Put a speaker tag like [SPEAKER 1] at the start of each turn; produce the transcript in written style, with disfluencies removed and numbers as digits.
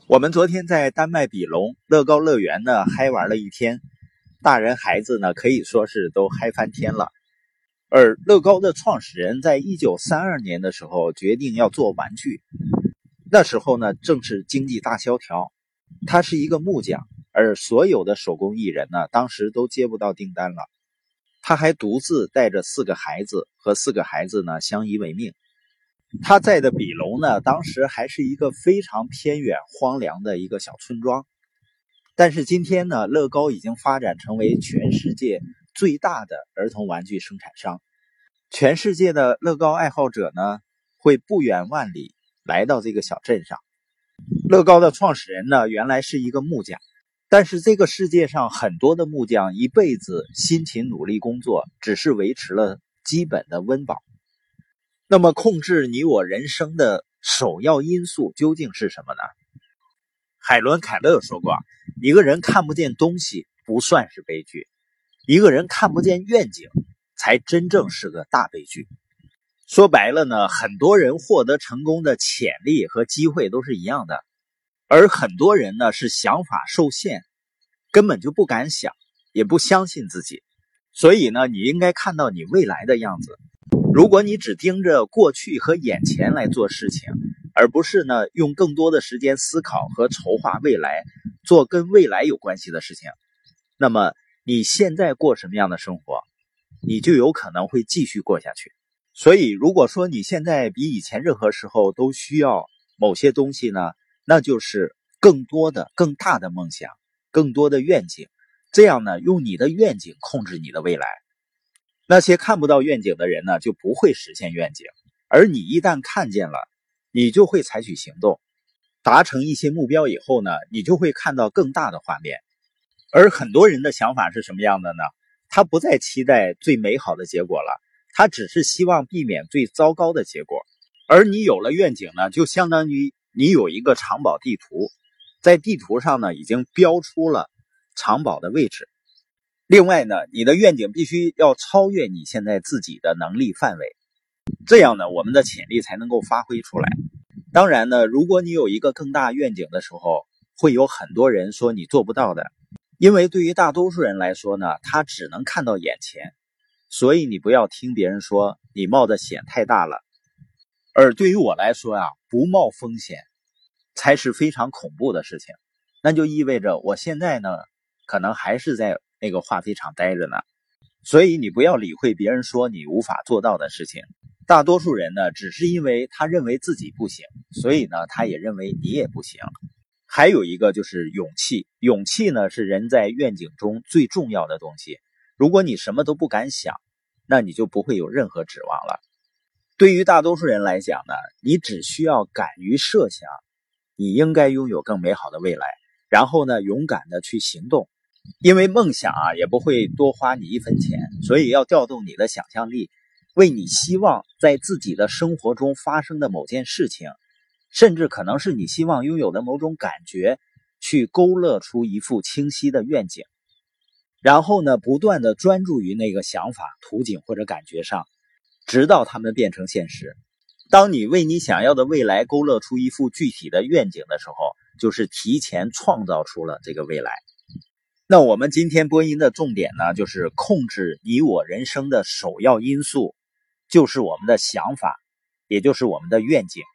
[SPEAKER 1] 我们昨天在丹麦比隆乐高乐园呢嗨玩了一天，大人孩子呢可以说是都嗨翻天了。而乐高的创始人在1932年的时候决定要做玩具，那时候呢正是经济大萧条，他是一个木匠，而所有的手工艺人呢当时都接不到订单了。他还独自带着4个孩子，和4个孩子呢相依为命。他在的比隆呢，当时还是一个非常偏远荒凉的一个小村庄。但是今天呢，乐高已经发展成为全世界最大的儿童玩具生产商。全世界的乐高爱好者呢，会不远万里来到这个小镇上。乐高的创始人呢，原来是一个木匠，但是这个世界上很多的木匠一辈子辛勤努力工作，只是维持了基本的温饱。那么控制你我人生的首要因素究竟是什么呢？海伦·凯勒说过，一个人看不见东西不算是悲剧，一个人看不见愿景才真正是个大悲剧。说白了呢，很多人获得成功的潜力和机会都是一样的，而很多人呢是想法受限，根本就不敢想，也不相信自己。所以呢，你应该看到你未来的样子。如果你只盯着过去和眼前来做事情，而不是呢用更多的时间思考和筹划未来，做跟未来有关系的事情，那么你现在过什么样的生活，你就有可能会继续过下去。所以如果说你现在比以前任何时候都需要某些东西呢，那就是更多的更大的梦想，更多的愿景，这样呢用你的愿景控制你的未来。那些看不到愿景的人呢，就不会实现愿景，而你一旦看见了，你就会采取行动，达成一些目标以后呢，你就会看到更大的画面。而很多人的想法是什么样的呢？他不再期待最美好的结果了，他只是希望避免最糟糕的结果。而你有了愿景呢，就相当于你有一个藏宝地图，在地图上呢已经标出了藏宝的位置。另外呢，你的愿景必须要超越你现在自己的能力范围，这样呢，我们的潜力才能够发挥出来。当然呢，如果你有一个更大愿景的时候，会有很多人说你做不到的，因为对于大多数人来说呢，他只能看到眼前，所以你不要听别人说你冒的险太大了。而对于我来说啊，不冒风险才是非常恐怖的事情。那就意味着我现在呢，可能还是在那个化肥厂待着呢。所以你不要理会别人说你无法做到的事情。大多数人呢，只是因为他认为自己不行，所以呢，他也认为你也不行。还有一个就是勇气，勇气呢是人在愿景中最重要的东西。如果你什么都不敢想，那你就不会有任何指望了。对于大多数人来讲呢，你只需要敢于设想，你应该拥有更美好的未来，然后呢，勇敢的去行动。因为梦想啊，也不会多花你1分钱，所以要调动你的想象力，为你希望在自己的生活中发生的某件事情，甚至可能是你希望拥有的某种感觉，去勾勒出一幅清晰的愿景。然后呢，不断的专注于那个想法、图景或者感觉上，直到它们变成现实。当你为你想要的未来勾勒出一幅具体的愿景的时候，就是提前创造出了这个未来。那我们今天播音的重点呢，就是控制你我人生的首要因素，就是我们的想法，也就是我们的愿景。